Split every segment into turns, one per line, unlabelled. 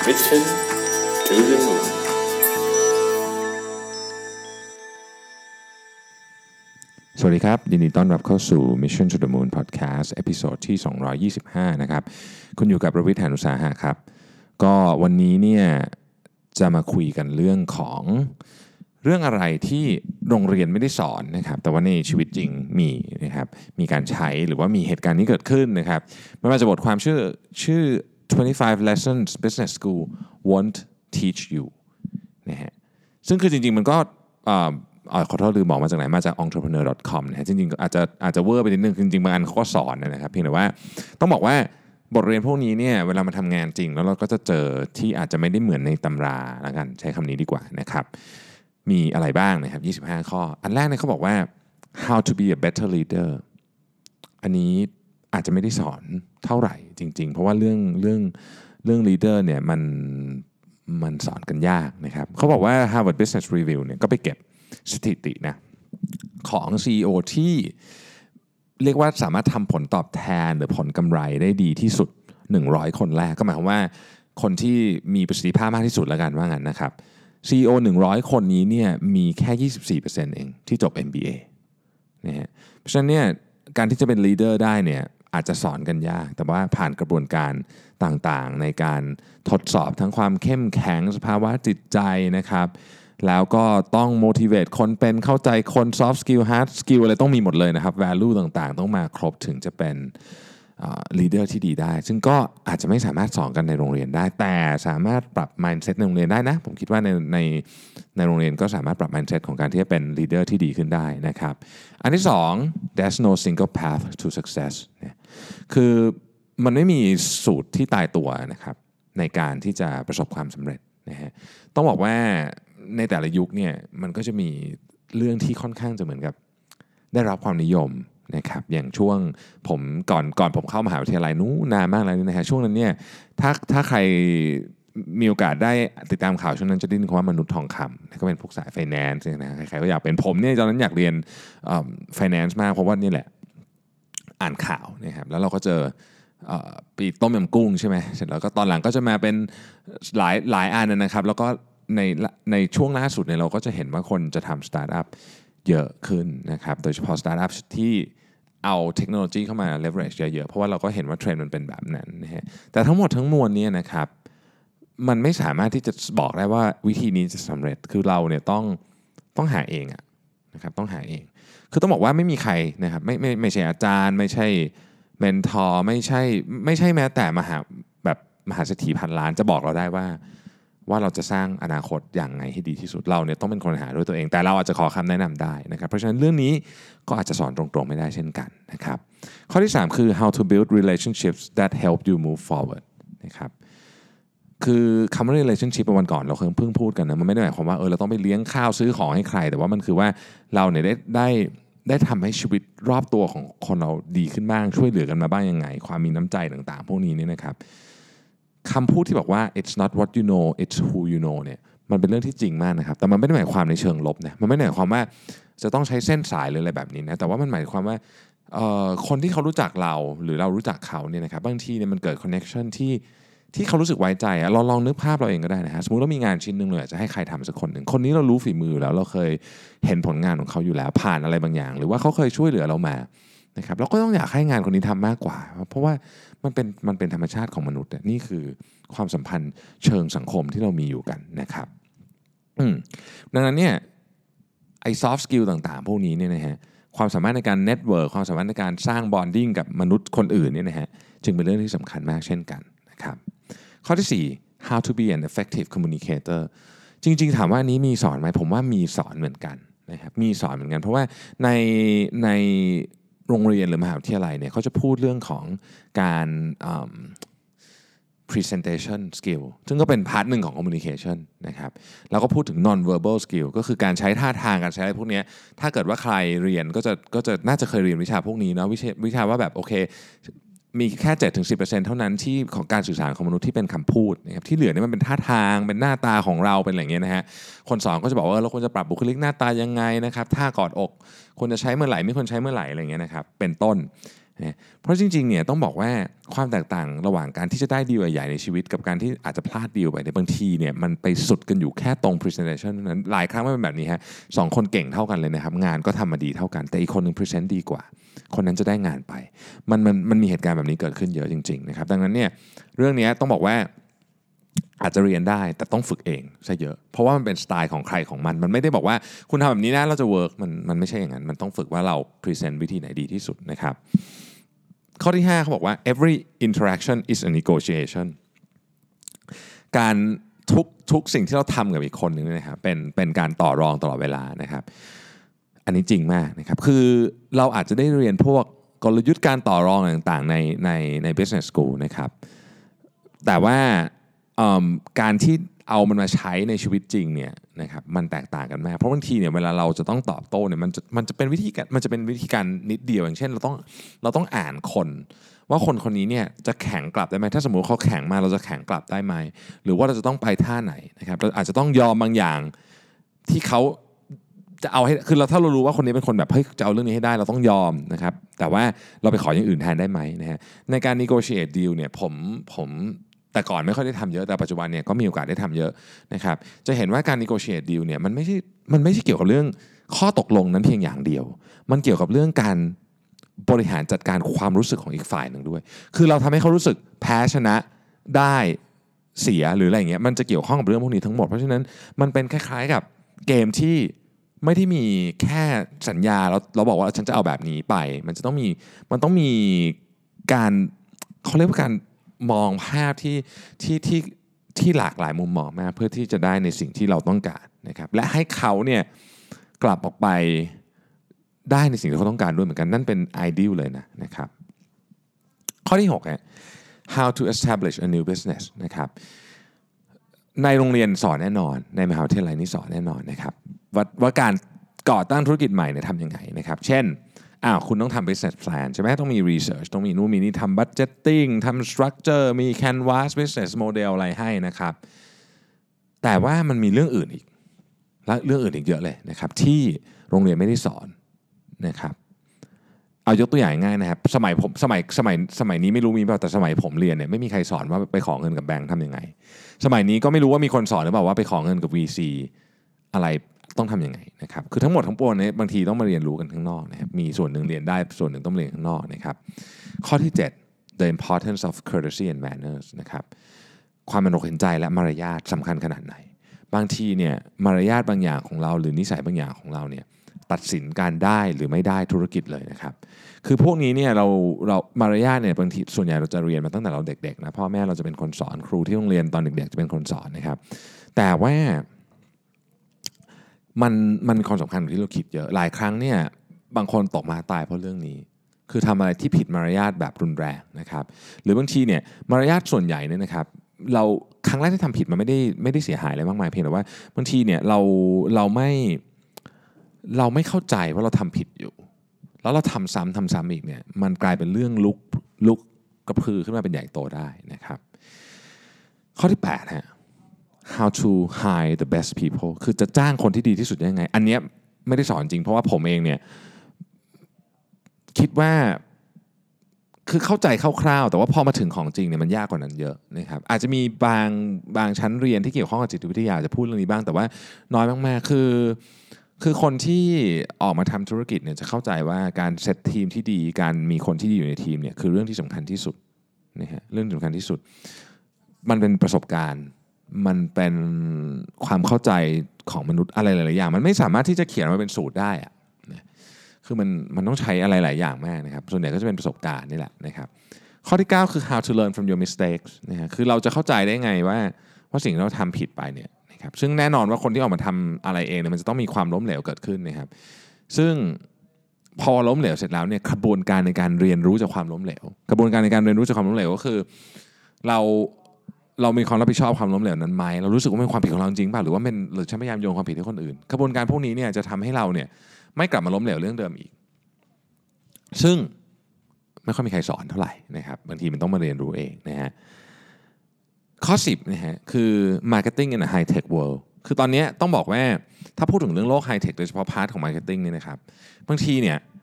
Mission to the Moon
สวัสดีครับยินดีต้อนรับเข้าสู่ Mission to the Moon Podcast เอพิโซดที่225นะครับคุณอยู่กับรวิทย์ หาญอุตสาหะครับก็วันนี้เนี่ยจะมาคุยกันเรื่องอะไรที่โรงเรียนไม่ได้สอนนะครับแต่ว่าในชีวิตจริงมีนะครับมีการใช้หรือว่ามีเหตุการณ์นี้เกิดขึ้นนะครับไม่ว่าจะบทความชื่อ25 lessons business school won't teach you นะฮะซึ่งคือจริงๆมันก็ขอโทษลืมบอกมาจากไหนมาจาก entrepreneur.com นะฮะจริงๆอาจจะเวอร์ไปนิดนึงจริงๆบางอันเขาก็สอนนะครับเพียงแต่ว่าต้องบอกว่าบทเรียนพวกนี้เนี่ยเวลามาทำงานจริงแล้วเราก็จะเจอที่อาจจะไม่ได้เหมือนในตำราแล้วกันใช้คำนี้ดีกว่านะครับมีอะไรบ้างนะครับ25ข้ออันแรกเนี่ยเขาบอกว่า how to be a better leader อันนี้อาจจะไม่ได้สอนเท่าไหร่จริงๆเพราะว่าเรื่อง leader เนี่ยมันสอนกันยากนะครับเขาบอกว่า Harvard Business Review เนี่ยก็ไปเก็บสถิตินะของ CEO ที่เรียกว่าสามารถทำผลตอบแทนหรือผลกำไรได้ดีที่สุด100คนแรกก็หมายความว่าคนที่มีประสิทธิภาพมากที่สุดแล้วกันว่างั้นนะครับ CEO 100คนนี้เนี่ยมีแค่ 24% เองที่จบ MBA นะฮะเพราะฉะนั้นเนี่ยการที่จะเป็น leader ได้เนี่ยอาจจะสอนกันยากแต่ว่าผ่านกระบวนการต่างๆในการทดสอบทั้งความเข้มแข็งสภาวะจิตใจนะครับแล้วก็ต้อง motivate คนเป็นเข้าใจคน soft skill hard skill อะไรต้องมีหมดเลยนะครับ value ต่างๆต้องมาครบถึงจะเป็นleader ที่ดีได้ซึ่งก็อาจจะไม่สามารถสอนกันในโรงเรียนได้แต่สามารถปรับ mindset ในโรงเรียนได้นะผมคิดว่าในโรงเรียนก็สามารถปรับ mindset ของการที่จะเป็น leader ที่ดีขึ้นได้นะครับอันที่สอง there's no single path to success คือมันไม่มีสูตรที่ตายตัวนะครับในการที่จะประสบความสำเร็จนะฮะต้องบอกว่าในแต่ละยุคเนี่ยมันก็จะมีเรื่องที่ค่อนข้างจะเหมือนกับได้รับความนิยมนะครับอย่างช่วงผมก่อนผมเข้ามหาวิทยาลัยนู้นนานมากแล้วนะฮะช่วงนั้นเนี่ยถ้าใครมีโอกาสได้ติดตามข่าวช่วงนั้นจะได้ยินคำว่ามนุษย์ทองคำก็เป็นพวกสาย finance นะใครๆก็อยากเป็นผมเนี่ยตอนนั้นอยากเรียนfinance มากเพราะว่านี่แหละอ่านข่าวนะครับแล้วเราก็เจอปีต้มยำกุ้งใช่ไหมเสร็จแล้วก็ตอนหลังก็จะมาเป็นหลายอันนะครับแล้วก็ในช่วงล่าสุดเนี่ยเราก็จะเห็นว่าคนจะทำสตาร์ทอัพเยอะขึ้นนะครับโดยเฉพาะสตาร์ทอัพที่เอาเทคโนโลยีเข้ามา leverage เยอะๆเพราะว่าเราก็เห็นว่าเทรนด์มันเป็นแบบนั้นนะฮะแต่ทั้งหมดทั้งมวลนี้นะครับมันไม่สามารถที่จะบอกได้ว่าวิธีนี้จะสำเร็จคือเราเนี่ยต้องหาเองนะครับต้องหาเองคือต้องบอกว่าไม่มีใครนะครับไม่ใช่อาจารย์ไม่ใช่เมนทอร์ไม่ใช่แม้แต่มหาเศรษฐีพันล้านจะบอกเราได้ว่าเราจะสร้างอนาคตอย่างไงให้ดีที่สุดเราเนี่ยต้องเป็นคนหาด้วยตัวเองแต่เราอาจจะขอคำแนะนำได้นะครับเพราะฉะนั้นเรื่องนี้ก็อาจจะสอนตรงๆไม่ได้เช่นกันนะครับข้อที่3คือ how to build relationships that help you move forward นะครับคือคำว่า relationship วันก่อนเราเพิ่งพูดกันนะมันไม่ได้หมายความว่าเราต้องไปเลี้ยงข้าวซื้อของให้ใครแต่ว่ามันคือว่าเราเนี่ยได้ทำให้ชีวิตรอบตัวของคนเราดีขึ้นบ้างช่วยเหลือกันมาบ้างยังไงความมีน้ำใจต่างๆพวกนี้นี่นะครับคำพูดที่บอกว่า it's not what you know it's who you know เนี่ยมันเป็นเรื่องที่จริงมากนะครับแต่มันไม่ได้หมายความในเชิงลบนะมันไม่ได้หมายความว่าจะต้องใช้เส้นสายหรืออะไรแบบนี้นะแต่ว่ามันหมายความว่าคนที่เขารู้จักเราหรือเรารู้จักเขาเนี่ยนะครับบางทีเนี่ยมันเกิด connection ที่เขารู้สึกไว้ใจเราลองนึกภาพเราเองก็ได้นะฮะสมมุติเรามีงานชิ้นนึงเลยจะให้ใครทำสักคนหนึ่งคนนี้เรารู้ฝีมือแล้วเราเคยเห็นผลงานของเขาอยู่แล้วผ่านอะไรบางอย่างหรือว่าเขาเคยช่วยเหลือเรามานะครับเราก็ต้องอยากให้งานคนนี้ทำมากกว่าเพราะว่ามันเป็นธรรมชาติของมนุษย์นี่คือความสัมพันธ์เชิงสังคมที่เรามีอยู่กันนะครับดังนั้นเนี่ยไอ้ soft skill ต่างๆพวกนี้เนี่ยนะฮะความสามารถในการ network ความสามารถในการสร้าง bonding กับมนุษย์คนอื่นเนี่ยนะฮะจึงเป็นเรื่องที่สำคัญมากเช่นกันนะครับข้อที่4 how to be an effective communicator จริงๆถามว่านี้มีสอนไหมผมว่ามีสอนเหมือนกันนะครับมีสอนเหมือนกันเพราะว่าในโรงเรียนหรือมหาวิทยาลัยเนี่ยเขาจะพูดเรื่องของการpresentation skill ซึ่งก็เป็นพาร์ทหนึ่งของ communication นะครับแล้วก็พูดถึง non verbal skill ก็คือการใช้ท่าทางการใช้อะไรพวกนี้ถ้าเกิดว่าใครเรียนก็จะน่าจะเคยเรียนวิชาพวกนี้เนาะวิชาว่าแบบโอเคมีแค่ 7-10% เท่านั้นที่ของการสื่อสารของมนุษย์ที่เป็นคำพูดนะครับที่เหลือนี่มันเป็นท่าทางเป็นหน้าตาของเราเป็นอะไรอย่างเงี้ยนะฮะคนสอนก็จะบอกว่าเราควรจะปรับบุคลิกหน้าตายังไงนะครับท่ากอดอกควรจะใช้เมื่อไหร่ไม่ควรใช้เมื่อไหร่อะไรอย่างเงี้ยนะครับเป็นต้นนะเพราะจริงๆเนี่ยต้องบอกว่าความแตกต่างระหว่างการที่จะได้ดีลใหญ่ๆในชีวิตกับการที่อาจจะพลาดดีลไปในบางทีเนี่ยมันไปสุดกันอยู่แค่ตรง presentation นั้นหลายครั้งมันเป็นแบบนี้ฮะสองคนเก่งเท่ากันเลยนะครับงานก็ทำมาดีเท่ากันแต่อีกคนนึง present ดีกว่าคนนั้นจะได้งานไปมันมีเหตุการณ์แบบนี้เกิดขึ้นเยอะจริงๆนะครับดังนั้นเนี่ยเรื่องนี้ต้องบอกว่าอาจจะเรียนได้แต่ต้องฝึกเองซะเยอะเพราะว่ามันเป็นสไตล์ของใครของมันไม่ได้บอกว่าคุณทำแบบนี้นะเราจะเวิร์กมันไม่ใช่อย่างนั้นมันต้องฝึกว่าเราพรีเซนต์วิธีไหนดีที่สุดนะครับข้อที่5เขาบอกว่า every interaction is a negotiation การทุกสิ่งที่เราทำกับอีกคนหนึ่งนะครับเป็นการต่อรองตลอดเวลานะครับอันนี้จริงมากนะครับคือเราอาจจะได้เรียนพวกกลยุทธ์การต่อรองต่างๆใน business school นะครับแต่ว่าการที่เอามันมาใช้ในชีวิตจริงเนี่ยนะครับมันแตกต่างกันมากเพราะบางทีเนี่ยเวลาเราจะต้องตอบโต้เนี่ยมันจะเป็นวิธีการนิดเดียวอย่างเช่นเราต้องอ่านคนว่าคนนี้เนี่ยจะแข็งกลับได้ไหมถ้าสมมุติเขาแข็งมาเราจะแข็งกลับได้ไหมหรือว่าเราจะต้องไปท่าไหนนะครับเราอาจจะต้องยอมบางอย่างที่เขาจะเอาให้คือถ้าเรารู้ว่าคนนี้เป็นคนแบบเฮ้ยจะเอาเรื่องนี้ให้ได้เราต้องยอมนะครับแต่ว่าเราไปขออย่างอื่นแทนได้ไหมนะฮะในการ negotiate deal เนี่ยผมแต่ก่อนไม่ค่อยได้ทำเยอะแต่ปัจจุบันเนี่ยก็มีโอกาสได้ทำเยอะนะครับจะเห็นว่าการ negotiate deal เนี่ยมันไม่ใช่เกี่ยวกับเรื่องข้อตกลงนั้นเพียงอย่างเดียวมันเกี่ยวกับเรื่องการบริหารจัดการความรู้สึกของอีกฝ่ายหนึ่งด้วยคือเราทำให้เขารู้สึกแพ้ชนะได้เสียหรืออะไรอย่างเงี้ยมันจะเกี่ยวข้องกับเรื่องพวกนี้ทั้งหมดเพราะฉะนั้นมันเป็นคล้ายๆกับเกมที่ไม่ได้มีแค่สัญญาแล้วเราบอกว่าฉันจะเอาแบบนี้ไปมันต้องมีการเขาเรียกว่าการมองภาพที่หลากหลายมุมมองมากเพื่อที่จะได้ในสิ่งที่เราต้องการนะครับและให้เขาเนี่ยกลับออกไปได้ในสิ่งที่เขาต้องการด้วยเหมือนกันนั่นเป็น ideal เลยนะครับข้อที่6ฮะ how to establish a new business นะครับในโรงเรียนสอนแน่นอนในมหาวิทยาลัยนี่สอนแน่นอนนะครับว่าการก่อตั้งธุรกิจใหม่เนี่ยทำยังไงนะครับเช่นคุณต้องทำ business plan ใช่ไหมต้องมี research ต้องมีนู่นมีนี่ทำ budgeting ทำ structure มี canvas business model อะไรให้นะครับแต่ว่ามันมีเรื่องอื่นอีกและเรื่องอื่นอีกเยอะเลยนะครับที่โรงเรียนไม่ได้สอนนะครับเอายกตัวอย่างง่ายนะครับสมัยนี้ไม่รู้มีเปล่าแต่สมัยผมเรียนเนี่ยไม่มีใครสอนว่าไปขอเงินกับแบงค์ทำยังไงสมัยนี้ก็ไม่รู้ว่ามีคนสอนหรือเปล่าว่าไปขอเงินกับ VC อะไรต้องทำยังไงนะครับคือทั้งหมดทั้งปวงเนี่ยบางทีต้องมาเรียนรู้กันข้างนอกนะครับมีส่วนหนึ่งเรียนได้ส่วนหนึ่งต้องเรียนข้างนอกนะครับข้อที่7 the importance of courtesy and manners นะครับความเป็นอกเห็นใจและมารยาทสำคัญขนาดไหนบางทีเนี่ยมารยาทบางอย่างของเราหรือนิสัยบางอย่างของเราเนี่ยตัดสินการได้หรือไม่ได้ธุรกิจเลยนะครับคือพวกนี้เนี่ยเรามารยาทเนี่ยบางทีส่วนใหญ่เราจะเรียนมาตั้งแต่เราเด็กๆนะพ่อแม่เราจะเป็นคนสอนครูที่โรงเรียนตอนเด็กๆจะเป็นคนสอนนะครับแต่ว่ามันมีความสำคัญกว่าที่เราคิดเยอะหลายครั้งเนี่ยบางคนตกมาตายเพราะเรื่องนี้คือทำอะไรที่ผิดมารยาทแบบรุนแรงนะครับหรือบางทีเนี่ยมารยาทส่วนใหญ่เนี่ยนะครับเราครั้งแรกที่ทำผิดมันไม่ได้เสียหายอะไรมากมายเพียงแต่ว่าบางทีเนี่ยเราไม่เข้าใจว่าเราทำผิดอยู่แล้วเราทำซ้ำอีกเนี่ยมันกลายเป็นเรื่องลุกกระพือขึ้นมาเป็นใหญ่โตได้นะครับข้อที่8ฮะhow to hire the best people คือจะจ้างคนที่ดีที่สุดยังไงอันเนี้ยไม่ได้สอนจริงเพราะว่าผมเองเนี่ยคิดว่าคือเข้าใจคร่าวๆแต่ว่าพอมาถึงของจริงเนี่ยมันยากกว่านั้นเยอะนะครับอาจจะมีบางชั้นเรียนที่เกี่ยวข้องกับจิตวิทยาจะพูดเรื่องนี้บ้างแต่ว่าน้อยมากๆคือคนที่ออกมาทำธุรกิจเนี่ยจะเข้าใจว่าการเซตทีมที่ดีการมีคนที่ดีอยู่ในทีมเนี่ยคือเรื่องที่สำคัญที่สุดนะฮะเรื่องที่สำคัญที่สุดมันเป็นประสบการณ์มันเป็นความเข้าใจของมนุษย์อะไรหลายๆอย่างมันไม่สามารถที่จะเขียนมาเป็นสูตรได้อะคือมันต้องใช้อะไรหลายอย่างมากนะครับส่วนใหญ่ก็จะเป็นประสบการณ์นี่แหละนะครับข้อที่9คือ how to learn from your mistakes นะฮะคือเราจะเข้าใจได้ไงว่าสิ่งที่เราทำผิดไปเนี่ยนะครับซึ่งแน่นอนว่าคนที่ออกมาทำอะไรเองเนี่ยมันจะต้องมีความล้มเหลวเกิดขึ้นนะครับซึ่งพอล้มเหลวเสร็จแล้วเนี่ยกระบวนการในการเรียนรู้จากความล้มเหลวกระบวนการในการเรียนรู้จากความล้มเหลวก็คือเรามีความรับผิดชอบความล้มเหลวนั้นไหมเรารู้สึกว่าเป็นความผิดของเราจริงป่ะหรือฉันพยายามโยนความผิดให้คนอื่นกระบวนการพวกนี้เนี่ยจะทำให้เราเนี่ยไม่กลับมาล้มเหลวเรื่องเดิมอีกซึ่งไม่ค่อยมีใครสอนเท่าไหร่นะครับบางทีมันต้องมาเรียนรู้เองนะฮะข้อ10นะฮะคือ marketing in a high tech world คือตอนนี้ต้องบอกว่าถ้าพูดถึงเรื่องโลกไฮเทคโดยเฉพาะพาร์ทของ marketing เนี่ยนะครับบางทีเนี่ย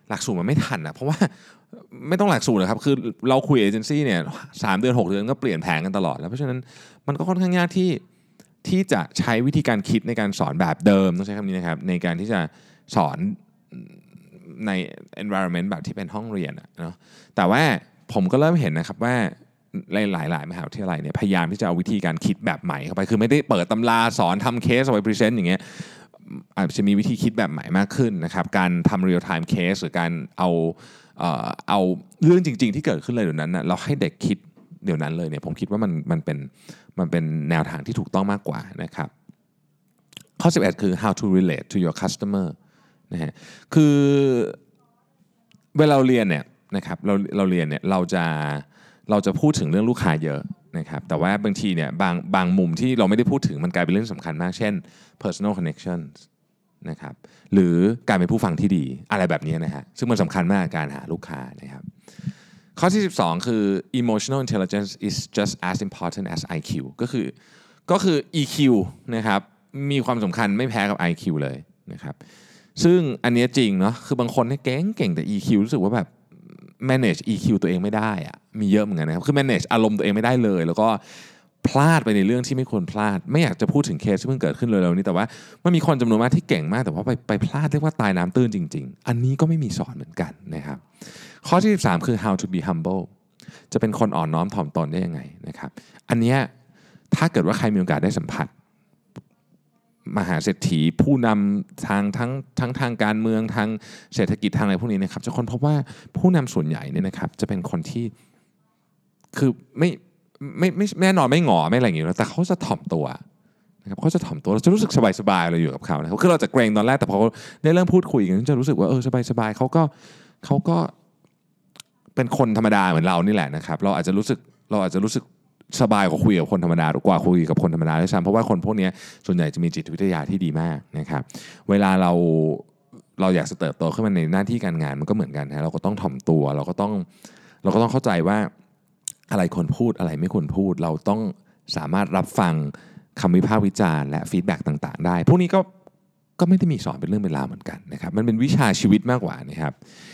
หลักสูตรมันไม่ทันนะเพราะว่าไม่ต้องหลักสูตรเลยครับคือเราคุยเอเจนซี่เนี่ย3 เดือน 6 เดือนก็เปลี่ยนแผนกันตลอดแล้วเพราะฉะนั้นมันก็ค่อนข้างยากที่จะใช้วิธีการคิดในการสอนแบบเดิมต้องใช้คำนี้นะครับในการที่จะสอนใน environment แบบที่เป็นห้องเรียนเนาะแต่ว่าผมก็เริ่มเห็นนะครับว่าหลายมหาวิทยาลัยเนี่ยพยายามที่จะเอาวิธีการคิดแบบใหม่เข้าไปคือไม่ได้เปิดตำราสอนทำเคสเอาไว้พรีเซนต์อย่างเงี้ยอาจจะมีวิธีคิดแบบใหม่มากขึ้นนะครับการทำ real time case หรือการเอาเรื่องจริงๆที่เกิดขึ้นเลยเดี๋ยวนั้นนะเราให้เด็กคิดเดี๋ยวนั้นเลยเนี่ยผมคิดว่ามันเป็นแนวทางที่ถูกต้องมากกว่านะครับข้อ 11 คือ how to relate to your customer นะฮะคือเวลาเราเรียนเนี่ยนะครับเราเรียนเนี่ยเราจะพูดถึงเรื่องลูกค้าเยอะนะครับแต่ว่าบางทีเนี่ยบางมุมที่เราไม่ได้พูดถึงมันกลายเป็นเรื่องสำคัญมากเช่น personal connections นะครับหรือการเป็นผู้ฟังที่ดีอะไรแบบนี้นะฮะซึ่งมันสำคัญมากการหาลูกค้านะครับข้อที่ 12 คือ emotional intelligence is just as important as IQ ก็คือ EQ นะครับมีความสำคัญไม่แพ้กับ IQ เลยนะครับซึ่งอันนี้จริงเนาะคือบางคนเนี่ยเก่งแต่ EQ รู้สึกว่าแบบ manage EQ ตัวเองไม่ได้อะมีเยอะเหมือนกันนะครับคือ manage อารมณ์ตัวเองไม่ได้เลยแล้วก็พลาดไปในเรื่องที่ไม่ควรพลาดไม่อยากจะพูดถึงเคสที่เพิ่งเกิดขึ้นเร็วๆนี้แต่ว่ามันมีคนจำนวนมากที่เก่งมากแต่ว่าไปพลาดเรียกว่าตายน้ำตื้นจริงๆอันนี้ก็ไม่มีสอนเหมือนกันนะครับข้อที่ 13 คือ how to be humble จะเป็นคนอ่อนน้อมถ่อมตนได้ยังไงนะครับอันนี้ถ้าเกิดว่าใครมีโอกาสได้สัมผัสมหาเศรษฐีผู้นำทั้งทางการเมืองทางเศรษฐกิจทางอะไรพวกนี้นะครับจะค้นพบว่าผู้นำส่วนใหญ่เนี่ยนะครับจะเป็นคนที่คือไม่แน่นอนไม่หงอไม่อะไรอย่างเงี้ยแต่เขาจะถ่อมตัวนะครับเขาจะถ่อมตัวเราจะรู้สึกสบายๆเราอยู่กับเขานะครับคือเราจะเกรงตอนแรกแต่พอได้เริ่มพูดคุยกันจะรู้สึกว่าสบายๆเขาก็เป็นคนธรรมดาเหมือนเรานี่แหละนะครับเราอาจจะรู้สึกสบายกว่าคุยกับคนธรรมดากว่าคุยกับคนธรรมดาด้วยซ้ำเพราะว่าคนพวกนี้ส่วนใหญ่จะมีจิตวิทยาที่ดีมากนะครับเวลาเราอยากจะเติบโตขึ้นมาในหน้าที่การงานมันก็เหมือนกันนะเราก็ต้องถ่อมตัวเราก็ต้องเข้าใจว่าอะไรควรพูดอะไรไม่ควรพูดเราต้องสามารถรับฟังคำวิพากษ์วิจารณ์และฟีดแบ็กต่างๆได้พวกนี้ก็ไม่ได้มีสอนเป็นเรื่องเป็นราวเหมือนกันนะครับมันเป็นวิชาชีวิตมากกว่านะครับ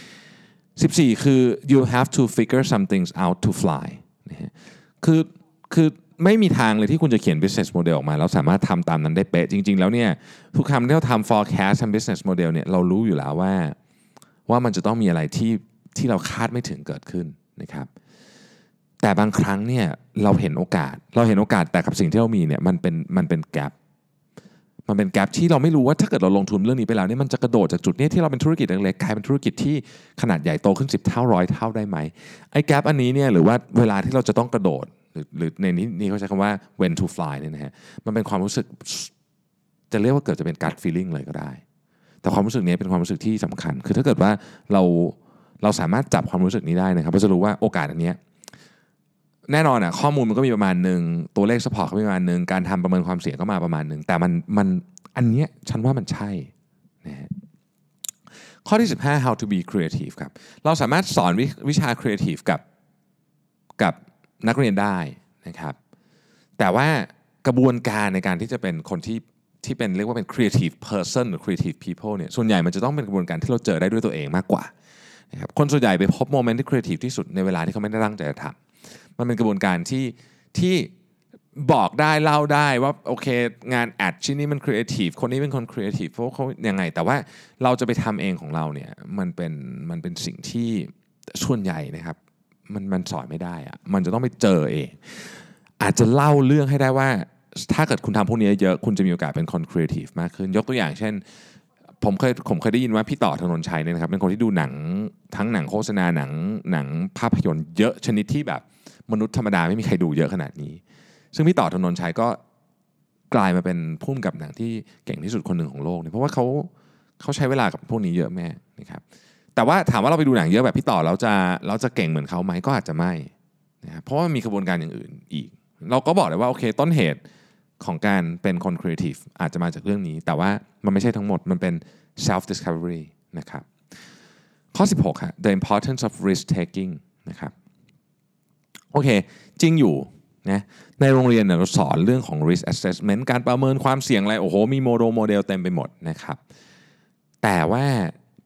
14คือ you have to figure some things out to fly นะฮะคือไม่มีทางเลยที่คุณจะเขียน business model ออกมาแล้วสามารถทำตามนั้นได้เป๊ะจริงๆแล้วเนี่ยทุกคำที่เราทำ forecast ทำ business model เนี่ยเรารู้อยู่แล้วว่ามันจะต้องมีอะไรที่เราคาดไม่ถึงเกิดขึ้นนะครับแต่บางครั้งเนี่ยเราเห็นโอกาสแต่กับสิ่งที่เรามีเนี่ยมันเป็นแกปมันเป็นแกปที่เราไม่รู้ว่าถ้าเกิดเราลงทุนเรื่องนี้ไปแล้วเนี่ยมันจะกระโดดจากจุดนี้ที่เราเป็นธุรกิจเล็กๆกลายเป็นธุรกิจที่ขนาดใหญ่โตขึ้น10 เท่า100 เท่าได้ไหมไอ้แกปอันนี้เนี่ยหรือว่าเวลาที่เราจะต้องกระโดดหรือในนี้เขาใช้คำว่า when to fly เนี่ยนะฮะมันเป็นความรู้สึกจะเรียกว่าเกิดจะเป็น gut feeling เลยก็ได้แต่ความรู้สึกนี้เป็นความรู้สึกที่สำคัญคือถ้าเกิดว่าเราสามารถจับความรู้สึกนี้ได้นะครับเราจะรู้ว่าโอกาสอันนี้แน่นอนอ่ะข้อมูลมันก็มีประมาณนึงตัวเลข support ก็มีประมาณนึงการทำประเมินความเสี่ยงก็มาประมาณนึงแต่มันอันเนี้ยฉันว่ามันใช่นะฮะข้อที่ 15 how to be creative ครับเราสามารถสอนวิชา creative กับนักเรียนได้นะครับแต่ว่ากระบวนการในการที่จะเป็นคนที่เป็นเรียกว่าเป็น creative person หรือ creative people เนี่ยส่วนใหญ่มันจะต้องเป็นกระบวนการที่เราเจอได้ด้วยตัวเองมากกว่านะครับคนส่วนใหญ่ไปพบโมเมนต์ที่ creative ที่สุดในเวลาที่เขาไม่ได้ตั้งใจจะทำมันเป็นกระบวนการที่บอกได้เล่าได้ว่าโอเคงานแอดชิ้นนี้มัน creative คนนี้เป็นคน creative เพราะเขายังไงแต่ว่าเราจะไปทำเองของเราเนี่ยมันเป็นสิ่งที่ส่วนใหญ่นะครับมันสอนไม่ได้อะมันจะต้องไปเจอเองอาจจะเล่าเรื่องให้ได้ว่าถ้าเกิดคุณทำพวกนี้เยอะคุณจะมีโอกาสเป็นคน creative มากขึ้นยกตัวอย่างเช่นผมเคยได้ยินว่าพี่ต่อธนนชัยเนี่ยนะครับเป็นคนที่ดูหนังทั้งหนังโฆษณาหนังภาพยนตร์เยอะชนิดที่แบบมนุษย์ธรรมดาไม่มีใครดูเยอะขนาดนี้ซึ่งพี่ต่อธนนชัยก็กลายมาเป็นผู้กำกับหนังที่เก่งที่สุดคนหนึ่งของโลกเนี่ยเพราะว่าเขาใช้เวลากับพวกนี้เยอะแม่นะครับแต่ว่าถามว่าเราไปดูหนังเยอะแบบพี่ต่อเราจะเก่งเหมือนเขาไหมก็อาจจะไม่นะครับเพราะว่ามีกระบวนการอย่างอื่นอีกเราก็บอกเลยว่าโอเคต้นเหตุของการเป็นคนครีเอทีฟอาจจะมาจากเรื่องนี้แต่ว่ามันไม่ใช่ทั้งหมดมันเป็น self discovery นะครับข้อ 16 ฮะ the importance of risk taking นะครับโอเคจริงอยู่นะในโรงเรียนเราสอนเรื่องของ risk assessment การประเมินความเสี่ยงอะไรโอ้โหมีโมเดลเต็มไปหมดนะครับแต่ว่า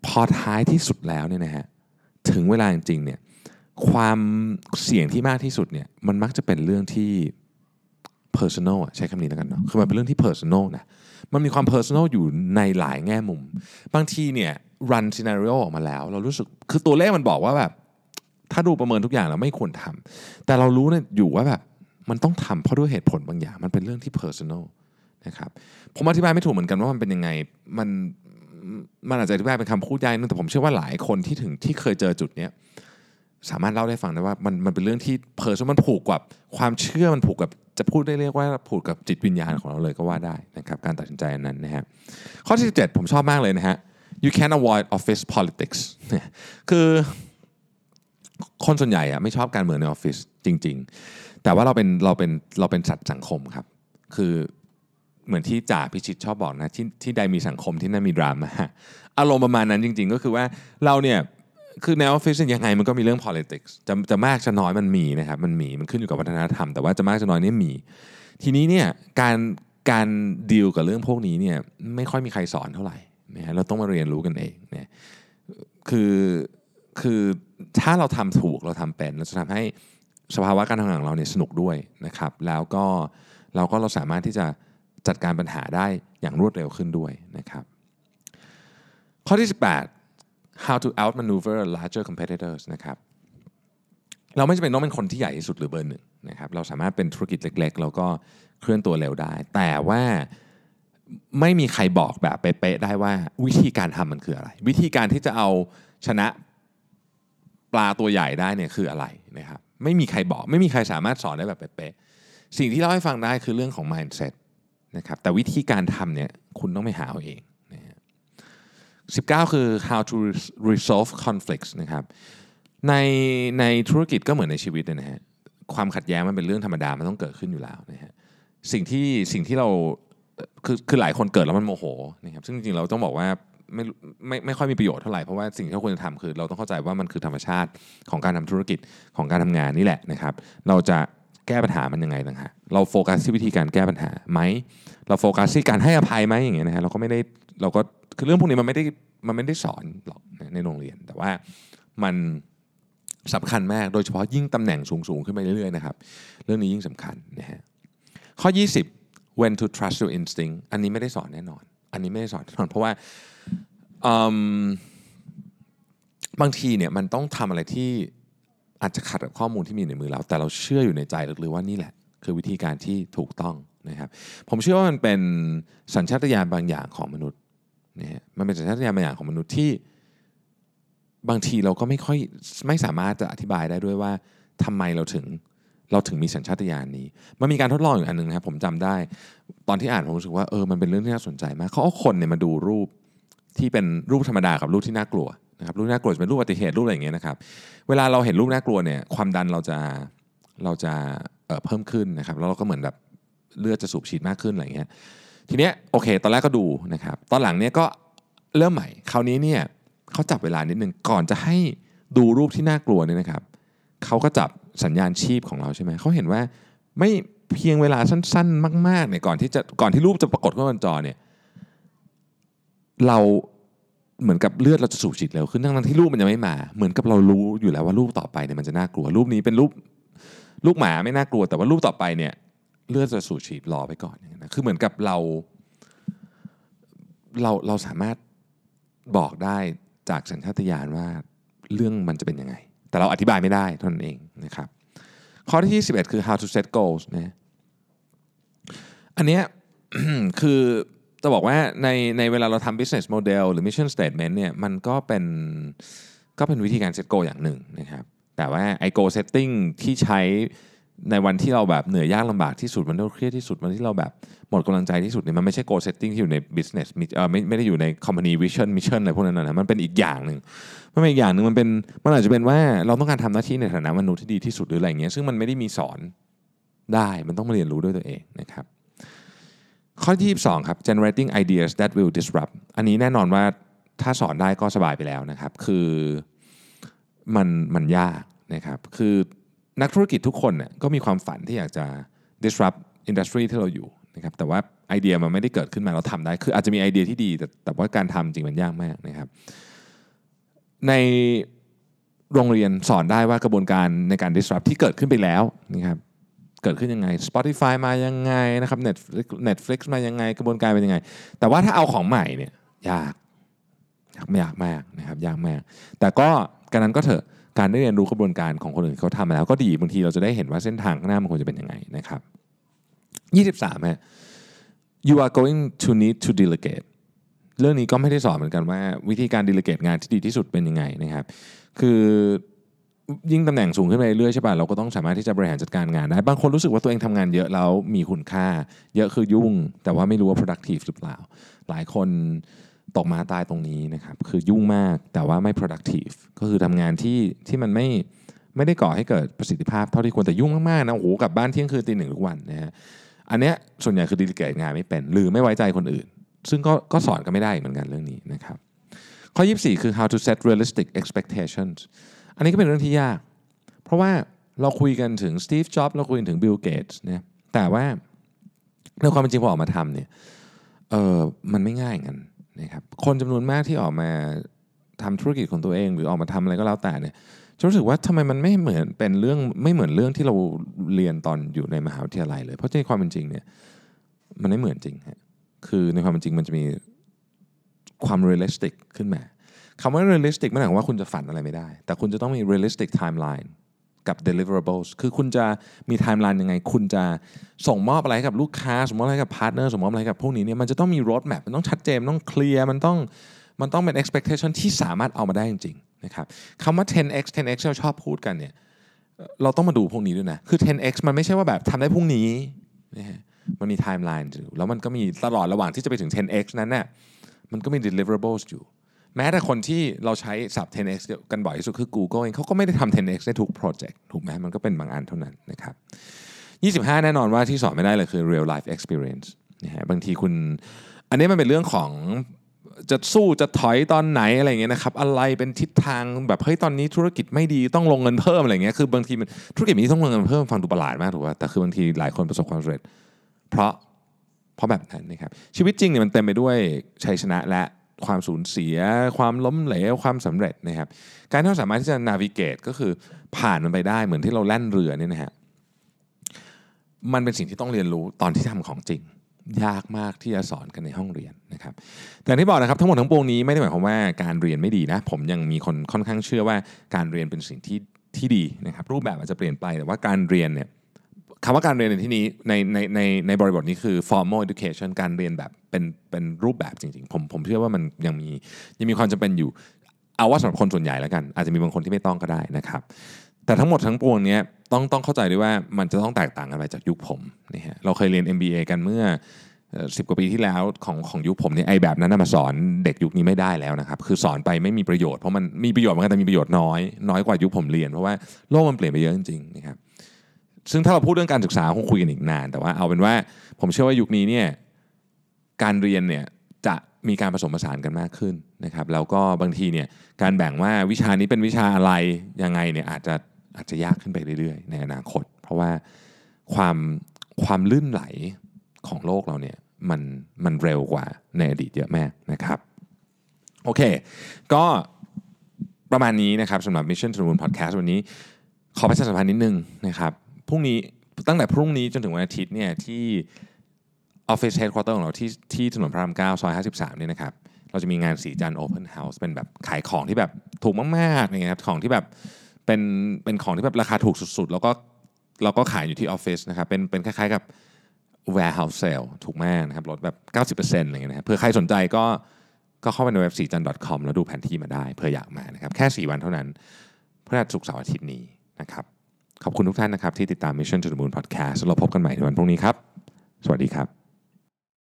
พอท้ายที่สุดแล้วเนี่ยนะฮะถึงเวลาจริงๆเนี่ยความเสี่ยงที่มากที่สุดเนี่ยมันมักจะเป็นเรื่องที่ personal ใช้คำนี้แล้วกันเนาะคือมันเป็นเรื่องที่ personal นะมันมีความ personal อยู่ในหลายแง่มุมบางทีเนี่ย run scenario ออกมาแล้วเรารู้สึกคือตัวเลขมันบอกว่าแบบถ้าดูประเมินทุกอย่างแล้วไม่ควรทำแต่เรารู้เนี่ยอยู่ว่าแบบมันต้องทำเพราะด้วยเหตุผลบางอย่างมันเป็นเรื่องที่ personal นะครับผมอธิบายไม่ถูกเหมือนกันว่ามันเป็นยังไงมันอาจจะอธิบายเป็นคำพูดยากนึงแต่ผมเชื่อว่าหลายคนที่เคยเจอจุดเนี้ยสามารถเล่าได้ฟังได้ว่ามันเป็นเรื่องที่มันผูกกับความเชื่อมันผูกกับจะพูดได้เรียกว่าผูกกับจิตวิญญาณของเราเลยก็ว่าได้นะครับการตัดสินใจอันนั้นนะฮะข้อที่17ผมชอบมากเลยนะฮะ you can't avoid office politics คือคนส่วนใหญ่อะไม่ชอบการเมืองในออฟฟิศจริงๆแต่ว่าเราเป็นสัตว์สังคมครับคือเหมือนที่จ่าพิชิตชอบบอกนะที่ใดมีสังคมที่นั่นมีดราม่าอารมณ์ประมาณนั้นจริงๆก็คือว่าเราเนี่ยคือในออฟฟิศยังไงมันก็มีเรื่อง politics จะมากจะน้อยมันมีนะครับมันขึ้นอยู่กับวัฒนธรรมแต่ว่าจะมากจะน้อยนี่มีทีนี้เนี่ยการดีลกับเรื่องพวกนี้เนี่ยไม่ค่อยมีใครสอนเท่าไหร่นะฮะเราต้องมาเรียนรู้กันเองเนี่ยคือถ้าเราทำถูกเราทำเป็นเราจะทำให้สภาวะการทำงานของเราเนี่ยสนุกด้วยนะครับแล้วก็เราสามารถที่จะจัดการปัญหาได้อย่างรวดเร็วขึ้นด้วยนะครับข้อที่18 how to outmaneuver larger competitors นะครับเราไม่จำเป็นต้องเป็นคนที่ใหญ่ที่สุดหรือเบอร์หนึ่งนะครับเราสามารถเป็นธุรกิจเล็กๆแล้วก็เคลื่อนตัวเร็วได้แต่ว่าไม่มีใครบอกแบบเป๊ะๆได้ว่าวิธีการทำมันคืออะไรวิธีการที่จะเอาชนะปลาตัวใหญ่ได้เนี่ยคืออะไรนะครับไม่มีใครบอกไม่มีใครสามารถสอนได้แบบเป๊ะๆสิ่งที่เล่าให้ฟังได้คือเรื่องของ mindset นะครับแต่วิธีการทำเนี่ยคุณต้องไปหาเอาเองนะฮะ19คือ how to resolve conflicts นะครับในธุรกิจก็เหมือนในชีวิตนะฮะความขัดแย้งมันเป็นเรื่องธรรมดามันต้องเกิดขึ้นอยู่แล้วนะฮะสิ่งที่เราคือหลายคนเกิดแล้วมันโมโหนะครับซึ่งจริงๆเราต้องบอกว่าไม่ค่อยมีประโยชน์เท่าไหร่เพราะว่าสิ่งที่เราควรจะทำคือเราต้องเข้าใจว่ามันคือธรรมชาติของการทำธุรกิจของการทำงานนี่แหละนะครับเราจะแก้ปัญหามันยังไงต่างหากเราโฟกัสที่วิธีการแก้ปัญหาไหมเราโฟกัสที่การให้อภัยไหมอย่างเงี้ยนะฮะเราก็คือเรื่องพวกนี้มันไม่ได้สอนหรอกในโรงเรียนแต่ว่ามันสำคัญมากโดยเฉพาะยิ่งตำแหน่งสูงขึ้นไปเรื่อยๆนะครับเรื่องนี้ยิ่งสำคัญนะฮะข้อ20 when to trust your instinct อันนี้ไม่ได้สอนแน่นอนเพราะว่าบางทีเนี่ยมันต้องทำอะไรที่อาจจะขัดกับข้อมูลที่มีในมือเราแต่เราเชื่ออยู่ในใจลึกๆว่านี่แหละคือวิธีการที่ถูกต้องนะครับผมเชื่อว่ามันเป็นสัญชาตญาณบางอย่างของมนุษย์นะฮะมันเป็นสัญชาตญาณบางอย่างของมนุษย์ที่บางทีเราก็ไม่สามารถจะอธิบายได้ด้วยว่าทำไมเราถึงมีสัญชาตญาณนี้มันมีการทดลองอยู่อันนึงนะครับผมจำได้ตอนที่อ่านผมรู้สึกว่ามันเป็นเรื่องที่น่าสนใจมากเขาเอาคนเนี่ยมาดูรูปที่เป็นรูปธรรมดากับรูปที่น่ากลัวนะครับรูปน่ากลัวจะเป็นรูปอุบัติเหตุรูปอะไรอย่างเงี้ยนะครับเวลาเราเห็นรูปน่ากลัวเนี่ยความดันเราจะเพิ่มขึ้นนะครับแล้วเราก็เหมือนแบบเลือดจะสูบฉีดมากขึ้นอะไรอย่างเงี้ยทีเนี้ยโอเคตอนแรกก็ดูนะครับตอนหลังเนี่ยก็เริ่มใหม่คราวนี้เนี่ยเขาจับเวลานิดนึงก่อนจะให้ดูรูปที่น่ากลัวเนี่ยนะครับเขาก็จับสัญญาณชีพของเราใช่ไหมเขาเห็นว่าไม่เพียงเวลาสั้นๆมากๆเนี่ยก่อนที่รูปจะปรากฏขึ้นบนจอเนี่ยเราเหมือนกับเลือดเราจะสูบฉีดเร็วขึ้นทั้งที่รูปมันยังไม่มาเหมือนกับเรารู้อยู่แล้วว่ารูปต่อไปเนี่ยมันจะน่ากลัวรูปนี้เป็นรูปหมาไม่น่ากลัวแต่ว่ารูปต่อไปเนี่ยเลือดจะสูบฉีดรอไปก่อนนะคือเหมือนกับเราสามารถบอกได้จากสัญชาตญาณว่าเรื่องมันจะเป็นยังไงแต่เราอธิบายไม่ได้เท่านั้นเองนะครับข้อที่21คือ how to set goals นะอันเนี้ย คือจะบอกว่าในเวลาเราทำ business model หรือ mission statement เนี่ยมันก็เป็นวิธีการ set goal อย่างหนึ่งนะครับแต่ว่าไอ้ goal setting ที่ใช้ในวันที่เราแบบเหนื่อยยากลำบากที่สุดวันที่เราเครียดที่สุดวันที่เราแบบหมดกำลังใจที่สุดเนี่ยมันไม่ใช่ goal setting ที่อยู่ใน business ไม่ได้อยู่ใน company vision mission อะไรพวกนั้นนะมันเป็นอีกอย่างหนึ่งมันอาจจะเป็นว่าเราต้องการทำหน้าที่ในฐานะมนุษย์ที่ดีที่สุดหรืออะไรเงี้ยซึ่งมันไม่ได้มีสอนได้มันต้องมาเรียนรู้ด้วยตัวเองนะครับข้อที่22ครับ generating ideas that will disrupt อันนี้แน่นอนว่าถ้าสอนได้ก็สบายไปแล้วนะครับคือมันยากนะครับคือนักธุรกิจทุกคนเนี่ยก็มีความฝันที่อยากจะ disrupt industry ที่เราอยู่นะครับแต่ว่าไอเดียมันไม่ได้เกิดขึ้นมาเราทำได้คืออาจจะมีไอเดียที่ดีแต่ว่าการทำจริงมันยากมากนะครับในโรงเรียนสอนได้ว่ากระบวนการในการ disrupt ที่เกิดขึ้นไปแล้วนะครับเกิดขึ้นยังไง Spotify มายังไงนะครับ Netflix มายังไงกระบวนการเป็นยังไงแต่ว่าถ้าเอาของใหม่เนี่ยยากมากนะครับยากมากแต่ก็การนั้นก็เถอะการได้เรียนรู้กระบวนการของคนอื่นเขาทำมาแล้วก็ดีบางทีเราจะได้เห็นว่าเส้นทางข้างหน้ามันควรจะเป็นยังไงนะครับ23ฮะ you are going to need to delegate เรื่องนี้ก็ไม่ได้สอนเหมือนกันว่าวิธีการ delegate งานที่ดีที่สุดเป็นยังไงนะครับคือยิ่งตำแหน่งสูงขึ้นไปเรื่อยใช่ป่ะเราก็ต้องสามารถที่จะบริหารจัดการงานได้บางคนรู้สึกว่าตัวเองทำงานเยอะแล้วมีคุณค่าเยอะคือยุ่งแต่ว่าไม่รู้ว่า productive หรือเปล่าหลายคนตกมาตายตรงนี้นะครับคือยุ่งมากแต่ว่าไม่ productive ก็คือทำงานที่มันไม่ได้ก่อให้เกิดประสิทธิภาพเท่าที่ควรแต่ยุ่งมากๆนะโอ้โหกลับบ้านเที่ยงคืนตีหนึ่งทุกวันนะฮะอันเนี้ยส่วนใหญ่คือ delegate งานไม่เป็นหรือไม่ไว้ใจคนอื่นซึ่งก็สอนกันไม่ได้เหมือนกันเรื่องนี้นะครับข้อ24คือ how to set realistic expectations อันนี้ก็เป็นเรื่องที่ยากเพราะว่าเราคุยกันถึง Steve Jobs เราคุยกันถึง Bill Gates นะแต่ว่าในความเป็นจริงพอออกมาทำเนี่ยมันไม่ง่ายกันนะครับคนจำนวนมากที่ออกมาทำธุรกิจของตัวเองหรือออกมาทำอะไรก็แล้วแต่เนี่ยจะรู้สึกว่าทำไมมันไม่เหมือนเรื่องที่เราเรียนตอนอยู่ในมหาวิทยาลัยเลยเพราะในความเป็นจริงเนี่ยมันไม่เหมือนจริงฮะคือในความเป็นจริงมันจะมีความ realistic ขึ้นมาคำว่า realistic ไม่ได้หมายว่าคุณจะฝันอะไรไม่ได้แต่คุณจะต้องมี realistic timeline กับ deliverables คือคุณจะมี timeline ยังไงคุณจะส่งมอบอะไรให้กับลูกค้าส่งมอบอะไรให้กับ partner ส่งมอบอะไรให้กับพวกนี้เนี่ยมันจะต้องมี road map มันต้องชัดเจนมันต้องเคลียร์มันต้องเป็น expectation ที่สามารถเอามาได้จริงๆนะครับคำว่า 10x ที่เราชอบพูดกันเนี่ยเราต้องมาดูพวกนี้ด้วยนะคือ 10x มันไม่ใช่ว่าแบบทำได้พรุ่งนี้นะฮะมันมี timeline อยู่แล้วมันก็มีตลอดระหว่างที่จะไปถึง 10x นั้นน่ะมันก็มี deliverables อยู่แม้แต่คนที่เราใช้ศัพท์ 10x กันบ่อยที่สุดคือ Google เองเขาก็ไม่ได้ทำ 10x ได้ทุกโปรเจกต์ถูกไหมมันก็เป็นบางอันเท่านั้นนะครับ25แน่นอนว่าที่สอนไม่ได้เลยคือ real life experience นะฮะบางทีคุณอันนี้มันเป็นเรื่องของจะสู้จะถอยตอนไหนอะไรเงี้ยนะครับอะไรเป็นทิศทางแบบเฮ้ยตอนนี้ธุรกิจไม่ดีต้องลงเงินเพิ่มอะไรเงี้ยคือบางทีมันธุรกิจนี้ต้องลงเงินเพิ่มฟังดูประหลาดมากถูกป่ะแต่คือบางทีหลายคนประสบความสำเร็จเพราะแบบนั้นนะครับชีวิตจริงเนี่ยมันเต็มไปด้วยชัยชนะและความสูญเสียความล้มเหลวความสำเร็จนะครับการที่เราสามารถที่จะ navigate ก็คือผ่านมันไปได้เหมือนที่เราแล่นเรือเนี่ยนะฮะมันเป็นสิ่งที่ต้องเรียนรู้ตอนที่ทำของจริงยากมากที่จะสอนกันในห้องเรียนนะครับแต่ที่บอกนะครับทั้งหมดทั้งปวงนี้ไม่ได้หมายความว่าการเรียนไม่ดีนะผมยังมีคนค่อนข้างเชื่อว่าการเรียนเป็นสิ่งที่ดีนะครับรูปแบบอาจจะเปลี่ยนไปแต่ว่าการเรียนเนี่ยคำว่าการเรียนในที่นี้ในบริบทนี้คือ formal education การเรียนแบบเป็นรูปแบบจริงๆผมเชื่อว่ามันยังมีความจำเป็นอยู่เอาว่าสำหรับคนส่วนใหญ่แล้วกันอาจจะมีบางคนที่ไม่ต้องก็ได้นะครับแต่ทั้งหมดทั้งปวงนี้ต้องเข้าใจด้วยว่ามันจะต้องแตกต่างกันไปจากยุคผมนี่ฮะเราเคยเรียน MBA กันเมื่อ10 กว่าปีที่แล้วของยุคผมเนี่ยไอ้แบบนั้นมาสอนเด็กยุคนี้ไม่ได้แล้วนะครับคือสอนไปไม่มีประโยชน์เพราะมันมีประโยชน์เหมือนกันแต่มีประโยชน์น้อยกว่ายุคผมเรียนเพราะว่าโลกมันเปลี่ยนไปเยอะจริงๆนะครับซึ่งถ้าเราพูดเรื่องการศึกษาคงคุยกันอีกนานแต่ว่าเอาเป็นว่าผมเชื่อว่ายุคนี้เนี่ยการเรียนเนี่ยจะมีการผสมผสานกันมากขึ้นนะครับแล้วก็บางทีเนี่ยการแบ่งว่าวิชานี้เป็นวิชาอะไรยังไงเนี่ยอาจจะยากขึ้นไปเรื่อยๆในอนาคตเพราะว่าความลื่นไหลของโลกเราเนี่ยมันเร็วกว่าในอดีตเยอะมากนะครับโอเคก็ประมาณนี้นะครับสำหรับ Mission to the Moon Podcast วันนี้ขอประชาสัมพันธ์นิดนึงนะครับพรุ่งนี้ตั้งแต่พรุ่งนี้จนถึงวันอาทิตย์เนี่ยที่ Office Headquarter ของเราที่ถนนพระราม 9 ซอย 53เนี่ยนะครับเราจะมีงานสีจันทร์ Open House เป็นแบบขายของที่แบบถูกมากๆนะครับของที่แบบเป็นของที่แบบราคาถูกสุดๆแล้วก็ขายอยู่ที่ออฟฟิศนะครับเป็นคล้ายๆกับ warehouse sale ถูกมากนะครับลดแบบ 90% อะไรเงี้ยนะครับเผื่อใครสนใจก็เข้าไปในเว็บสีจันทร์ .com แล้วดูแผนที่มาได้เผื่ออยากมานะครับแค่4 วันเท่านั้นพฤหัสศุกร์เสาร์อาทิตย์นี้นะครับขอบคุณทุกท่านนะครับที่ติดตาม Mission to the Moon Podcast เราพบกันใหม่ในวันพรุ่งนี้ครับสวัสดีครับ